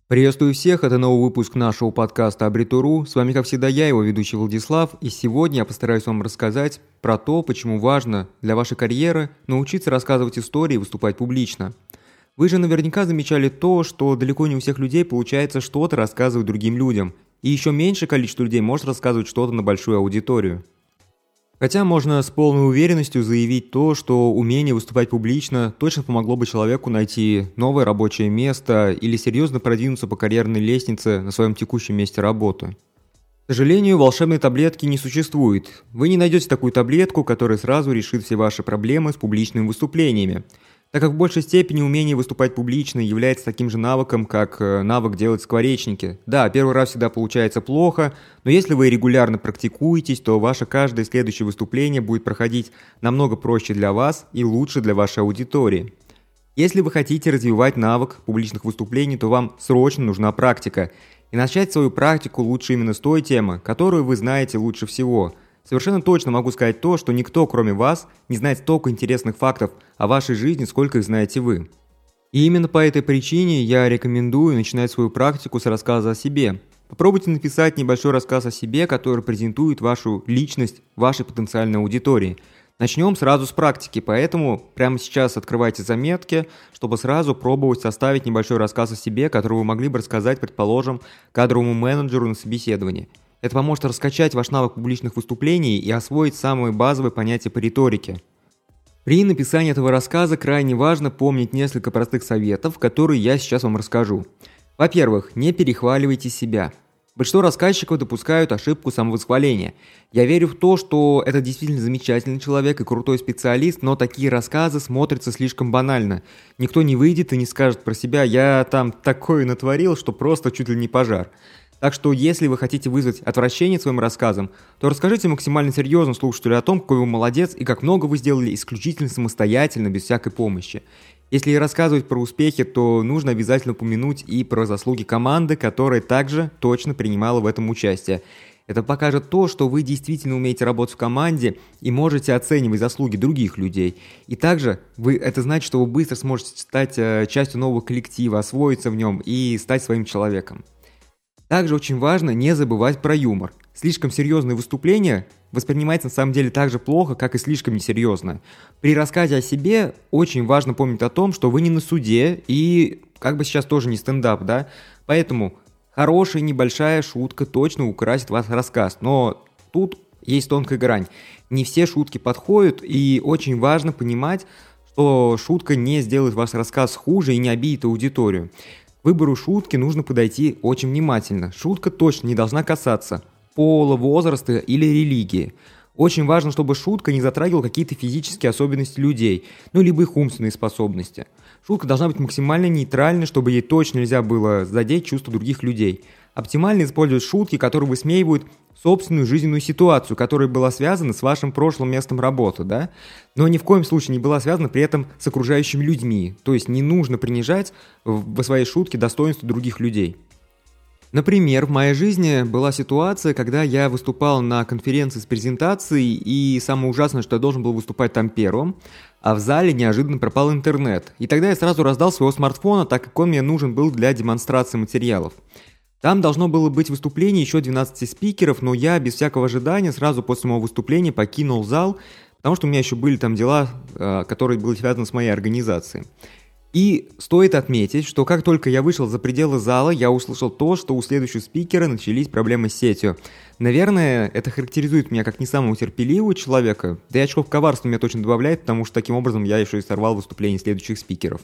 Приветствую всех, это новый выпуск нашего подкаста «Абритуру». С вами, как всегда, я, его ведущий Владислав, и сегодня я постараюсь вам рассказать про то, почему важно для вашей карьеры научиться рассказывать истории и выступать публично. Вы же наверняка замечали то, что далеко не у всех людей получается что-то рассказывать другим людям, и еще меньшее количество людей может рассказывать что-то на большую аудиторию. Хотя можно с полной уверенностью заявить то, что умение выступать публично точно помогло бы человеку найти новое рабочее место или серьезно продвинуться по карьерной лестнице на своем текущем месте работы. К сожалению, волшебной таблетки не существует. Вы не найдете такую таблетку, которая сразу решит все ваши проблемы с публичными выступлениями, так как в большей степени умение выступать публично является таким же навыком, как навык делать скворечники. Да, первый раз всегда получается плохо, но если вы регулярно практикуетесь, то ваше каждое следующее выступление будет проходить намного проще для вас и лучше для вашей аудитории. Если вы хотите развивать навык публичных выступлений, то вам срочно нужна практика. И начать свою практику лучше именно с той темы, которую вы знаете лучше всего. Совершенно точно могу сказать то, что никто, кроме вас, не знает столько интересных фактов о вашей жизни, сколько их знаете вы. И именно по этой причине я рекомендую начинать свою практику с рассказа о себе. Попробуйте написать небольшой рассказ о себе, который презентует вашу личность вашей потенциальной аудитории. Начнем сразу с практики, поэтому прямо сейчас открывайте заметки, чтобы сразу пробовать составить небольшой рассказ о себе, который вы могли бы рассказать, предположим, кадровому менеджеру на собеседовании. Это поможет раскачать ваш навык публичных выступлений и освоить самые базовые понятия по риторике. При написании этого рассказа крайне важно помнить несколько простых советов, которые я сейчас вам расскажу. Во-первых, не перехваливайте себя. Большинство рассказчиков допускают ошибку самовосхваления. Я верю в то, что это действительно замечательный человек и крутой специалист, но такие рассказы смотрятся слишком банально. Никто не выйдет и не скажет про себя: «Я там такое натворил, что просто чуть ли не пожар». Так что, если вы хотите вызвать отвращение своим рассказом, то расскажите максимально серьезно слушателю о том, какой вы молодец и как много вы сделали исключительно самостоятельно, без всякой помощи. Если рассказывать про успехи, то нужно обязательно упомянуть и про заслуги команды, которая также точно принимала в этом участие. Это покажет то, что вы действительно умеете работать в команде и можете оценивать заслуги других людей. И также это значит, что вы быстро сможете стать частью нового коллектива, освоиться в нем и стать своим человеком. Также очень важно не забывать про юмор. Слишком серьезное выступление воспринимается на самом деле так же плохо, как и слишком несерьезное. При рассказе о себе очень важно помнить о том, что вы не на суде и как бы сейчас тоже не стендап, да? Поэтому хорошая небольшая шутка точно украсит ваш рассказ. Но тут есть тонкая грань. Не все шутки подходят, и очень важно понимать, что шутка не сделает ваш рассказ хуже и не обидит аудиторию. К выбору шутки нужно подойти очень внимательно. Шутка точно не должна касаться пола, возраста или религии. Очень важно, чтобы шутка не затрагивала какие-то физические особенности людей, либо их умственные способности. Шутка должна быть максимально нейтральной, чтобы ей точно нельзя было задеть чувства других людей. Оптимально использовать шутки, которые высмеивают собственную жизненную ситуацию, которая была связана с вашим прошлым местом работы, да? Но ни в коем случае не была связана при этом с окружающими людьми. То есть не нужно принижать в своей шутке достоинство других людей. Например, в моей жизни была ситуация, когда я выступал на конференции с презентацией, и самое ужасное, что я должен был выступать там первым, а в зале неожиданно пропал интернет. И тогда я сразу раздал своего смартфона, так как он мне нужен был для демонстрации материалов. Там должно было быть выступление еще 12 спикеров, но я без всякого ожидания сразу после моего выступления покинул зал, потому что у меня еще были там дела, которые были связаны с моей организацией. И стоит отметить, что как только я вышел за пределы зала, я услышал то, что у следующего спикера начались проблемы с сетью. Наверное, это характеризует меня как не самого терпеливого человека, да и очков коварства меня точно добавляет, потому что таким образом я еще и сорвал выступление следующих спикеров.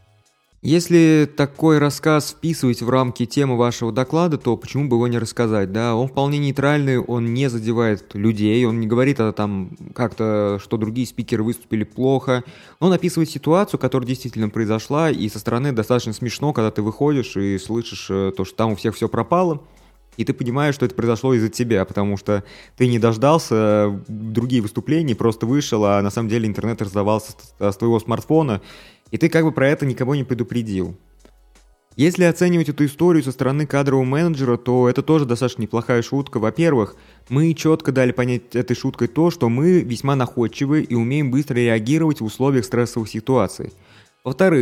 Если такой рассказ вписывать в рамки темы вашего доклада, то почему бы его не рассказать, да? Он вполне нейтральный, он не задевает людей, он не говорит как-то, что другие спикеры выступили плохо. Он описывает ситуацию, которая действительно произошла, и со стороны достаточно смешно, когда ты выходишь и слышишь то, что там у всех все пропало, и ты понимаешь, что это произошло из-за тебя, потому что ты не дождался другие выступления, просто вышел, а на самом деле интернет раздавался с твоего смартфона, и ты как бы про это никого не предупредил. Если оценивать эту историю со стороны кадрового менеджера, то это тоже достаточно неплохая шутка. Во-первых, мы четко дали понять этой шуткой то, что мы весьма находчивы и умеем быстро реагировать в условиях стрессовых ситуаций. Во-вторых,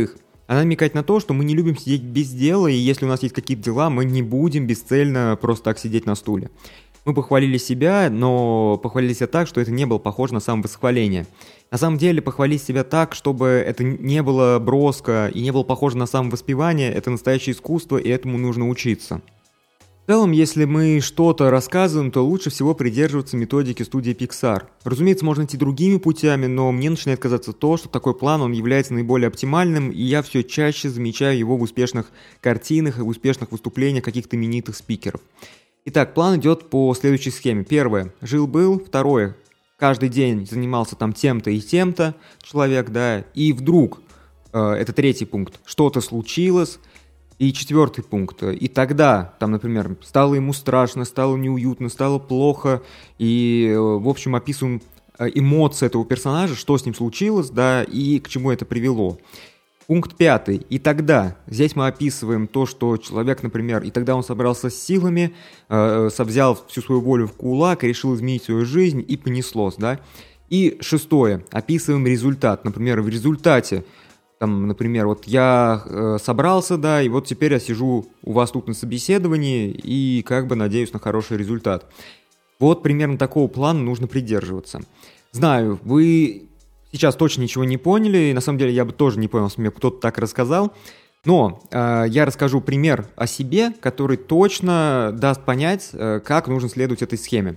Она намекает на то, что мы не любим сидеть без дела, и если у нас есть какие-то дела, мы не будем бесцельно просто так сидеть на стуле. Мы похвалили себя, но похвалили себя так, что это не было похоже на самовосхваление. На самом деле, похвалить себя так, чтобы это не было броско и не было похоже на самовоспевание, это настоящее искусство, и этому нужно учиться. В целом, если мы что-то рассказываем, то лучше всего придерживаться методики студии Pixar. Разумеется, можно идти другими путями, но мне начинает казаться то, что такой план, он является наиболее оптимальным, и я все чаще замечаю его в успешных картинах и в успешных выступлениях каких-то именитых спикеров. Итак, план идет по следующей схеме. Первое. Жил-был. Второе. Каждый день занимался там тем-то и тем-то человек, да, и вдруг, это третий пункт, что-то случилось. И четвертый пункт. И тогда, там, например, стало ему страшно, стало неуютно, стало плохо. И, в общем, описываем эмоции этого персонажа, что с ним случилось, да, и к чему это привело. Пункт 5. И тогда. Здесь мы описываем то, что человек, например, и тогда он собрался с силами, взял всю свою волю в кулак, решил изменить свою жизнь, и понеслось, да. И 6. Описываем результат. Например, в результате там, например, вот я собрался, да, и вот теперь я сижу у вас тут на собеседовании и как бы надеюсь на хороший результат. Вот примерно такого плана нужно придерживаться. Знаю, вы сейчас точно ничего не поняли, и на самом деле я бы тоже не понял, если мне кто-то так рассказал, но я расскажу пример о себе, который точно даст понять, как нужно следовать этой схеме.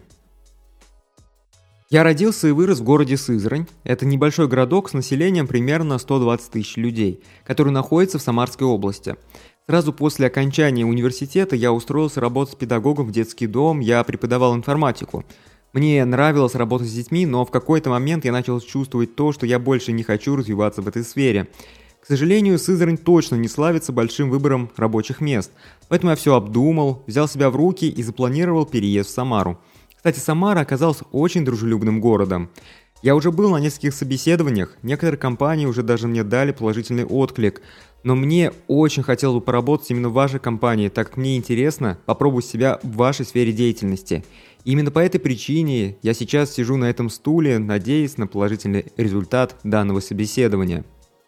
Я родился и вырос в городе Сызрань. Это небольшой городок с населением примерно 120 тысяч людей, который находится в Самарской области. Сразу после окончания университета я устроился работать педагогом в детский дом, я преподавал информатику. Мне нравилось работать с детьми, но в какой-то момент я начал чувствовать то, что я больше не хочу развиваться в этой сфере. К сожалению, Сызрань точно не славится большим выбором рабочих мест, поэтому я все обдумал, взял себя в руки и запланировал переезд в Самару. Кстати, Самара оказалась очень дружелюбным городом. Я уже был на нескольких собеседованиях, некоторые компании уже даже мне дали положительный отклик, но мне очень хотелось бы поработать именно в вашей компании, так как мне интересно попробовать себя в вашей сфере деятельности. И именно по этой причине я сейчас сижу на этом стуле, надеясь на положительный результат данного собеседования.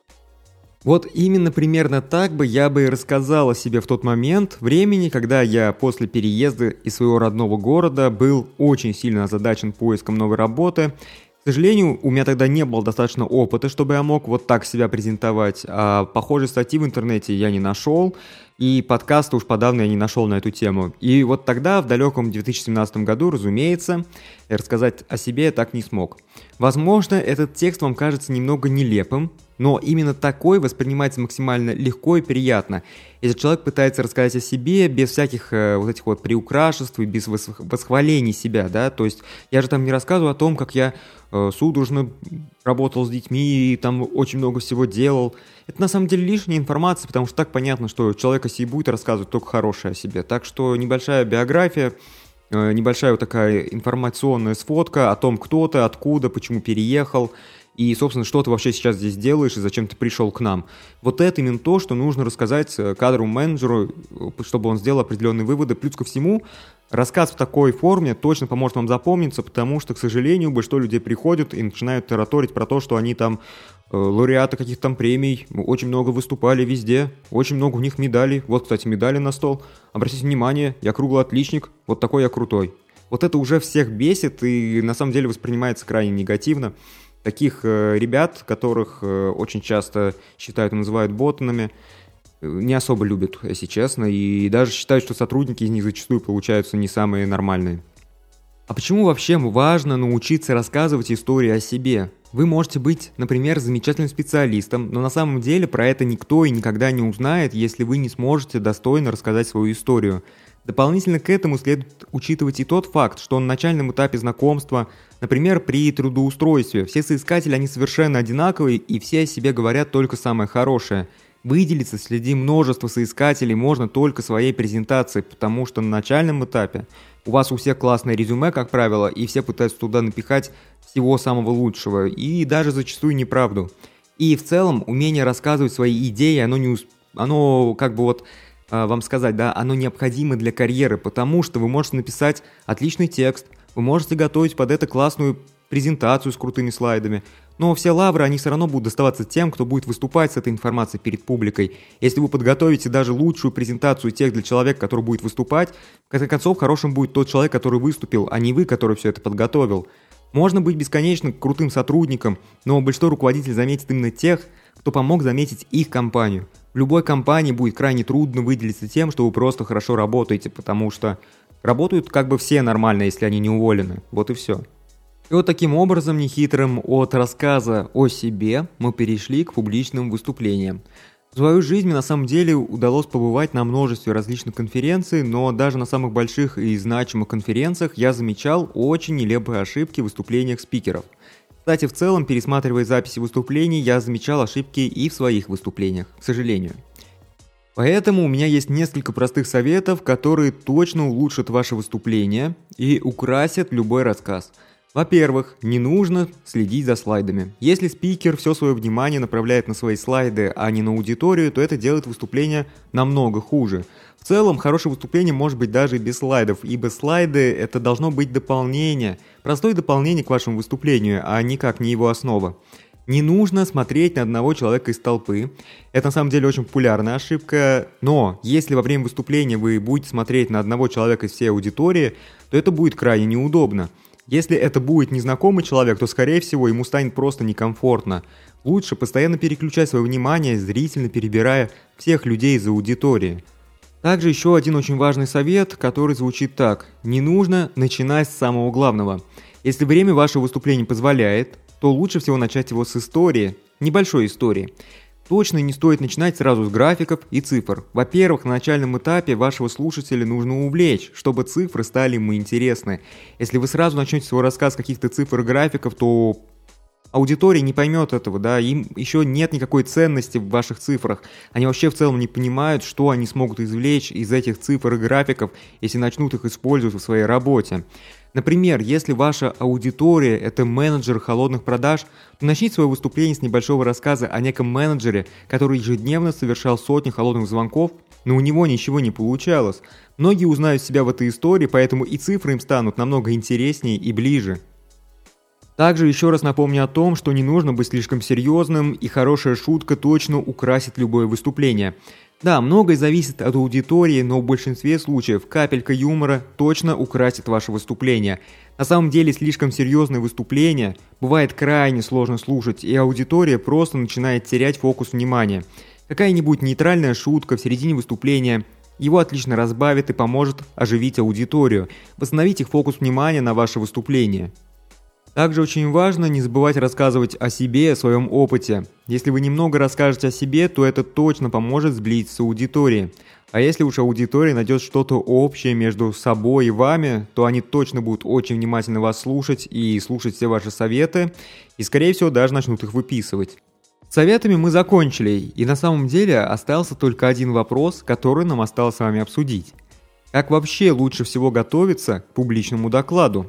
Вот именно примерно так бы я бы и рассказал о себе в тот момент времени, когда я после переезда из своего родного города был очень сильно озадачен поиском новой работы. К сожалению, у меня тогда не было достаточно опыта, чтобы я мог вот так себя презентовать, а похожей статьи в интернете я не нашел, и подкаста уж подавно я не нашел на эту тему. И вот тогда, в далеком 2017 году, разумеется, рассказать о себе я так не смог. Возможно, этот текст вам кажется немного нелепым, но именно такой воспринимается максимально легко и приятно. Если человек пытается рассказать о себе без всяких вот этих вот приукрашеств и без восхвалений себя, да, то есть я же там не рассказываю о том, как я судорожно работал с детьми и там очень много всего делал. Это на самом деле лишняя информация, потому что так понятно, что человек о себе будет рассказывать только хорошее о себе. Так что небольшая биография, небольшая вот такая информационная сводка о том, кто ты, откуда, почему переехал, и, собственно, что ты вообще сейчас здесь делаешь и зачем ты пришел к нам. Вот это именно то, что нужно рассказать кадровому менеджеру, чтобы он сделал определенные выводы. Плюс ко всему, рассказ в такой форме точно поможет вам запомниться, потому что, к сожалению, большинство людей приходят и начинают тараторить про то, что они там лауреаты каких-то там премий, очень много выступали везде, очень много у них медалей. Вот, кстати, медали на стол. Обратите внимание, я круглый отличник, вот такой я крутой. Вот это уже всех бесит и на самом деле воспринимается крайне негативно. Таких ребят, которых очень часто считают и называют ботанами, не особо любят, если честно, и даже считают, что сотрудники из них зачастую получаются не самые нормальные. А почему вообще важно научиться рассказывать истории о себе? Вы можете быть, например, замечательным специалистом, но на самом деле про это никто и никогда не узнает, если вы не сможете достойно рассказать свою историю. Дополнительно к этому следует учитывать и тот факт, что на начальном этапе знакомства, например, при трудоустройстве, все соискатели, они совершенно одинаковые и все о себе говорят только самое хорошее. Выделиться среди множества соискателей можно только своей презентацией, потому что на начальном этапе у вас у всех классное резюме, как правило, и все пытаются туда напихать всего самого лучшего, и даже зачастую неправду. И в целом умение рассказывать свои идеи, оно как бы вот... вам сказать, да, оно необходимо для карьеры, потому что вы можете написать отличный текст, вы можете готовить под это классную презентацию с крутыми слайдами, Но все лавры, они все равно будут доставаться тем, кто будет выступать с этой информацией перед публикой. Если вы подготовите даже лучшую презентацию текст для человека, который будет выступать, в конце концов, хорошим будет тот человек, который выступил, а не вы, который все это подготовил. Можно быть бесконечно крутым сотрудником, но большинство руководителей заметит именно тех, кто помог заметить их компанию. В любой компании будет крайне трудно выделиться тем, что вы просто хорошо работаете, потому что работают как бы все нормально, если они не уволены. Вот и все. И вот таким образом, нехитрым, от рассказа о себе мы перешли к публичным выступлениям. В свою жизнь мне на самом деле удалось побывать на множестве различных конференций, но даже на самых больших и значимых конференциях я замечал очень нелепые ошибки в выступлениях спикеров. Кстати, в целом, пересматривая записи выступлений, я замечал ошибки и в своих выступлениях, к сожалению. Поэтому у меня есть несколько простых советов, которые точно улучшат ваше выступление и украсят любой рассказ. Во-первых, не нужно следить за слайдами. Если спикер все свое внимание направляет на свои слайды, а не на аудиторию, то это делает выступление намного хуже. В целом, хорошее выступление может быть даже и без слайдов, ибо слайды – это должно быть дополнение, простое дополнение к вашему выступлению, а никак не его основа. Не нужно смотреть на одного человека из толпы. Это на самом деле очень популярная ошибка, но если во время выступления вы будете смотреть на одного человека из всей аудитории, то это будет крайне неудобно. Если это будет незнакомый человек, то, скорее всего, ему станет просто некомфортно. Лучше постоянно переключать свое внимание, зрительно перебирая всех людей из аудитории. Также еще один очень важный совет, который звучит так. Не нужно начинать с самого главного. Если время вашего выступления позволяет, то лучше всего начать его с истории, небольшой истории. Точно не стоит начинать сразу с графиков и цифр. Во-первых, на начальном этапе вашего слушателя нужно увлечь, чтобы цифры стали ему интересны. Если вы сразу начнете свой рассказ с каких-то цифр и графиков, то аудитория не поймет этого, да, им еще нет никакой ценности в ваших цифрах. Они вообще в целом не понимают, что они смогут извлечь из этих цифр и графиков, если начнут их использовать в своей работе. Например, если ваша аудитория – это менеджер холодных продаж, то начните свое выступление с небольшого рассказа о неком менеджере, который ежедневно совершал сотни холодных звонков, но у него ничего не получалось. Многие узнают себя в этой истории, поэтому и цифры им станут намного интереснее и ближе. Также еще раз напомню о том, что не нужно быть слишком серьезным, и хорошая шутка точно украсит любое выступление. Да, многое зависит от аудитории, но в большинстве случаев капелька юмора точно украсит ваше выступление. На самом деле слишком серьезные выступления бывает крайне сложно слушать, и аудитория просто начинает терять фокус внимания. Какая-нибудь нейтральная шутка в середине выступления его отлично разбавит и поможет оживить аудиторию, восстановить их фокус внимания на ваше выступление. Также очень важно не забывать рассказывать о себе, о своем опыте. Если вы немного расскажете о себе, то это точно поможет сблизиться с аудиторией. А если уж аудитория найдет что-то общее между собой и вами, то они точно будут очень внимательно вас слушать и слушать все ваши советы, и скорее всего даже начнут их выписывать. С советами мы закончили, и на самом деле остался только один вопрос, который нам осталось с вами обсудить. Как вообще лучше всего готовиться к публичному докладу?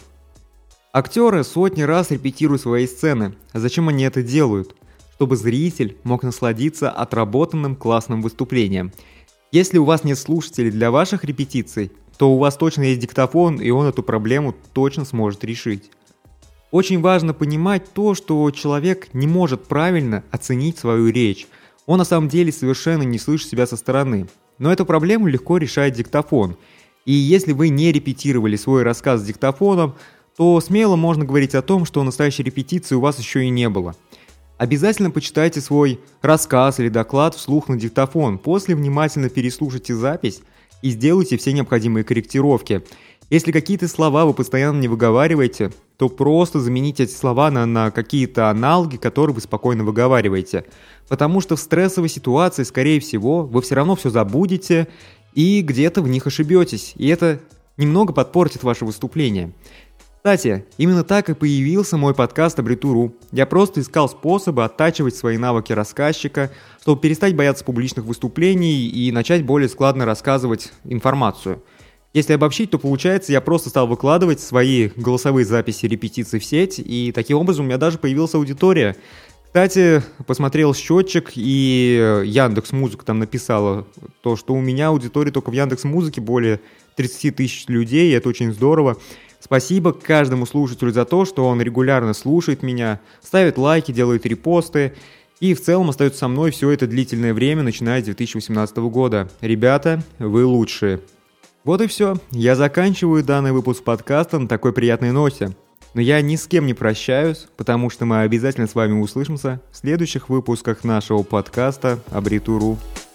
Актеры сотни раз репетируют свои сцены. А зачем они это делают? Чтобы зритель мог насладиться отработанным классным выступлением. Если у вас нет слушателей для ваших репетиций, то у вас точно есть диктофон, и он эту проблему точно сможет решить. Очень важно понимать то, что человек не может правильно оценить свою речь. Он на самом деле совершенно не слышит себя со стороны. Но эту проблему легко решает диктофон. И если вы не репетировали свой рассказ с диктофоном, то смело можно говорить о том, что настоящей репетиции у вас еще и не было. Обязательно почитайте свой рассказ или доклад вслух на диктофон, после внимательно переслушайте запись и сделайте все необходимые корректировки. Если какие-то слова вы постоянно не выговариваете, то просто замените эти слова на какие-то аналоги, которые вы спокойно выговариваете. Потому что в стрессовой ситуации, скорее всего, вы все равно все забудете и где-то в них ошибетесь, и это немного подпортит ваше выступление. Кстати, именно так и появился мой подкаст «Абритуру». Я просто искал способы оттачивать свои навыки рассказчика, чтобы перестать бояться публичных выступлений и начать более складно рассказывать информацию. Если обобщить, то получается, я просто стал выкладывать свои голосовые записи репетиций в сеть, и таким образом у меня даже появилась аудитория. Кстати, посмотрел счетчик, и Яндекс.Музыка там написала то, что у меня аудитория только в Яндекс.Музыке более 30 тысяч людей, и это очень здорово. Спасибо каждому слушателю за то, что он регулярно слушает меня, ставит лайки, делает репосты и в целом остается со мной все это длительное время, начиная с 2018 года. Ребята, вы лучшие. Вот и все. Я заканчиваю данный выпуск подкаста на такой приятной ноте. Но я ни с кем не прощаюсь, потому что мы обязательно с вами услышимся в следующих выпусках нашего подкаста «Абритуру».